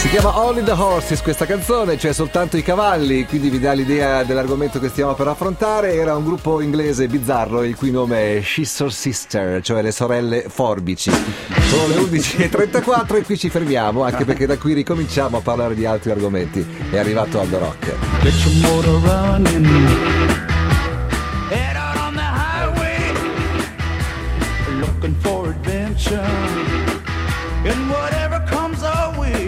Si chiama Only the Horses questa canzone, cioè soltanto i cavalli, quindi vi dà l'idea dell'argomento che stiamo per affrontare. Era un gruppo inglese bizzarro il cui nome è Scissor Sister, cioè le sorelle forbici. Sono le 11.34 e qui ci fermiamo, anche perché da qui ricominciamo a parlare di altri argomenti. È arrivato Aldo Rock. Get your motor running. Head out on the highway, looking for adventure, and whatever comes our way.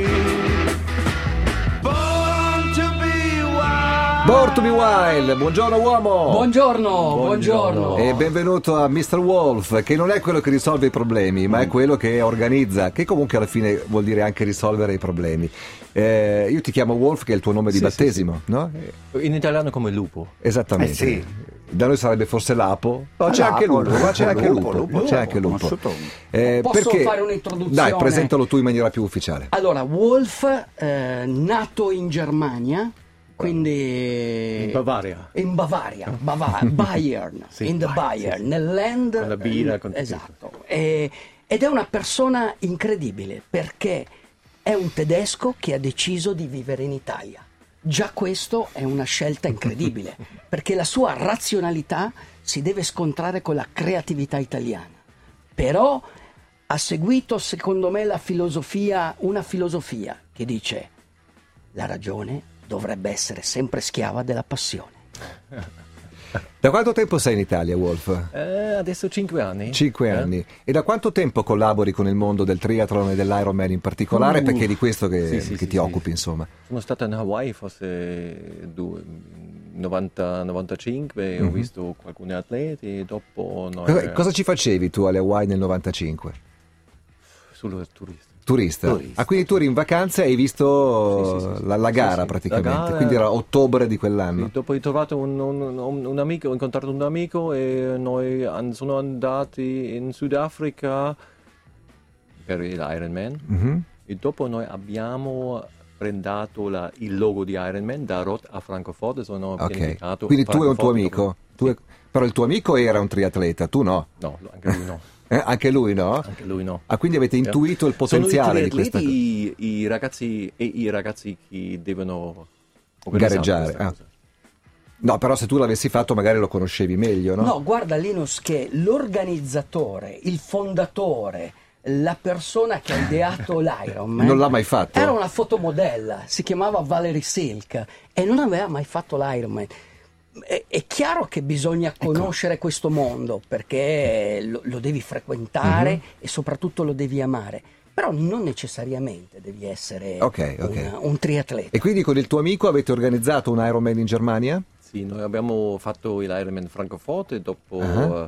Born to be wild. Born to be Wild, buongiorno uomo! Buongiorno. E benvenuto a Mr. Wolf, che non è quello che risolve i problemi, ma è quello che organizza, che comunque alla fine vuol dire anche risolvere i problemi. Io ti chiamo Wolf, che è il tuo nome di battesimo, sì. No? In italiano come lupo. Esattamente. Sì. Da noi sarebbe forse Lapo. No, c'è anche Lupo. C'è anche Lupo. Posso Perché... fare un'introduzione? Dai, presentalo tu in maniera più ufficiale. Allora, Wolf, nato in Germania, quindi In Bavaria. in Bavaria, Bayern, Sì, in the Bayern, nel land, Con la birra, con tutto. esatto. Ed è una persona incredibile perché è un tedesco che ha deciso di vivere in Italia. Già questo è una scelta incredibile perché la sua razionalità si deve scontrare con la creatività italiana. Però ha seguito, secondo me, una filosofia che dice: la ragione dovrebbe essere sempre schiava della passione. Da quanto tempo sei in Italia, Wolf? Adesso 5 anni. 5 anni. E da quanto tempo collabori con il mondo del triathlon e dell'Ironman in particolare? Perché è di questo che ti occupi, insomma. Sono stato in Hawaii forse 90-95, ho visto alcuni atleti e dopo... Cosa ci facevi tu alle Hawaii nel 95? Solo turista. Turista. Ah, quindi tu eri in vacanza e hai visto la gara praticamente, la gara, quindi era ottobre di quell'anno. Sì, dopo ho trovato un amico, ho incontrato un amico e noi sono andati in Sudafrica per l'Ironman e dopo noi abbiamo prendato il logo di Ironman da Roth a Francoforte, sono pianificato. Quindi tu e un tuo amico, però il tuo amico era un triatleta, tu no? No, anche lui no. Anche lui no? Anche lui no. Ah, quindi avete intuito il potenziale di questa cosa? Sono i ragazzi che devono gareggiare. questa cosa. No, però se tu l'avessi fatto magari lo conoscevi meglio, no? No, guarda Linus, che l'organizzatore, il fondatore, la persona che ha ideato l'Ironman non l'ha mai fatto? Era una fotomodella, si chiamava Valerie Silk e non aveva mai fatto l'Ironman. È chiaro che bisogna conoscere questo mondo perché lo devi frequentare e soprattutto lo devi amare, però non necessariamente devi essere un triatleta. E quindi con il tuo amico avete organizzato un Ironman in Germania? Sì, noi abbiamo fatto l'Ironman Francoforte, dopo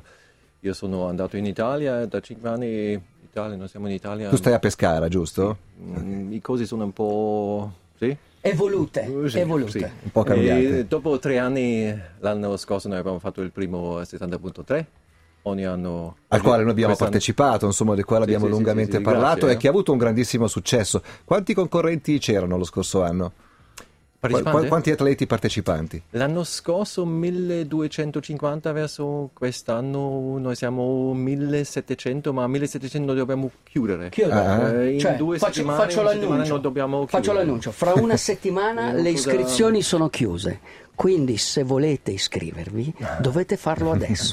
io sono andato in Italia, da 5 anni in Italia, noi siamo in Italia. Tu stai a Pescara, giusto? I cose sono un po'... sì? Evolute. Sì. Un po' cambiate. E dopo 3 anni, l'anno scorso, noi abbiamo fatto il primo 70.3, ogni anno... Al quale noi abbiamo partecipato, insomma, del quale abbiamo lungamente parlato, grazie, e che ha avuto un grandissimo successo. Quanti concorrenti c'erano lo scorso anno? Quanti atleti partecipanti? L'anno scorso 1250, verso quest'anno noi siamo 1700, ma 1700 noi dobbiamo chiudere. In 2 settimane, faccio l'annuncio. Non dobbiamo chiudere. Faccio l'annuncio, fra una settimana le iscrizioni sono chiuse, quindi se volete iscrivervi dovete farlo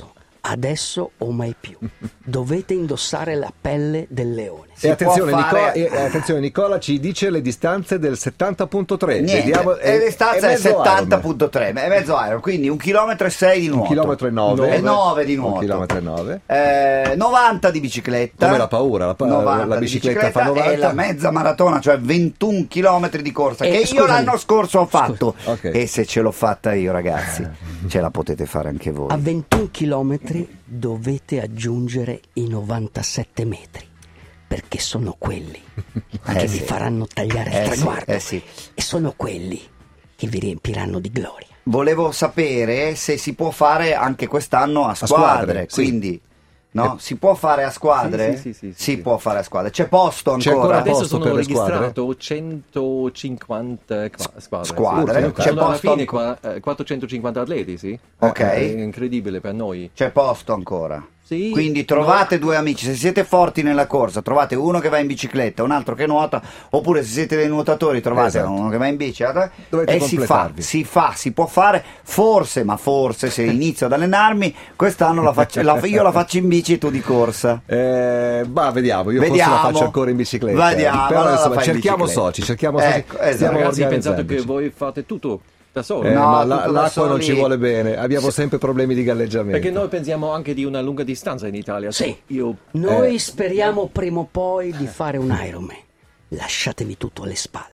adesso o mai più. Dovete indossare la pelle del leone. E attenzione, Nicola ci dice le distanze del 70.3. Vediamo, le distanze è 70.3, è mezzo Iron, quindi 1,6 km di nuoto, 1,9 km e 9 di nuoto, 1,9 km, 90 di bicicletta. Come la paura, la bicicletta fa 90 e la mezza maratona, cioè 21 km di corsa che io l'anno scorso ho fatto. E se ce l'ho fatta io, ragazzi, ce la potete fare anche voi. A 21 km dovete aggiungere i 97 metri, perché sono quelli che vi faranno tagliare il traguardo e sono quelli che vi riempiranno di gloria. Volevo sapere se si può fare anche quest'anno a squadre, quindi no? Si può fare a squadre? Sì. Si può fare a squadre. C'è posto ancora? Adesso sono per le registrato 150 squadre. C'è posto alla fine 450 atleti, sì. Ok. È incredibile per noi. C'è posto ancora? Sì, Quindi trovate due amici, se siete forti nella corsa, trovate uno che va in bicicletta, un altro che nuota, oppure se siete dei nuotatori trovate uno che va in bici Dovete e completarvi. si può fare, forse se inizio ad allenarmi, quest'anno io la faccio in bici e tu di corsa. Vediamo, forse la faccio ancora in bicicletta. Vediamo, però allora insomma, la fai in cerchiamo bicicletta. soci, stiamo Ragazzi, pensate organizzandoci. che voi fate tutto da soli. No, ma tutto da l'acqua non soli. ci vuole bene, abbiamo sempre problemi di galleggiamento. Perché noi pensiamo anche di una lunga distanza in Italia. Sì. Io Noi speriamo prima o poi di fare un Ironman. Lasciatevi tutto alle spalle.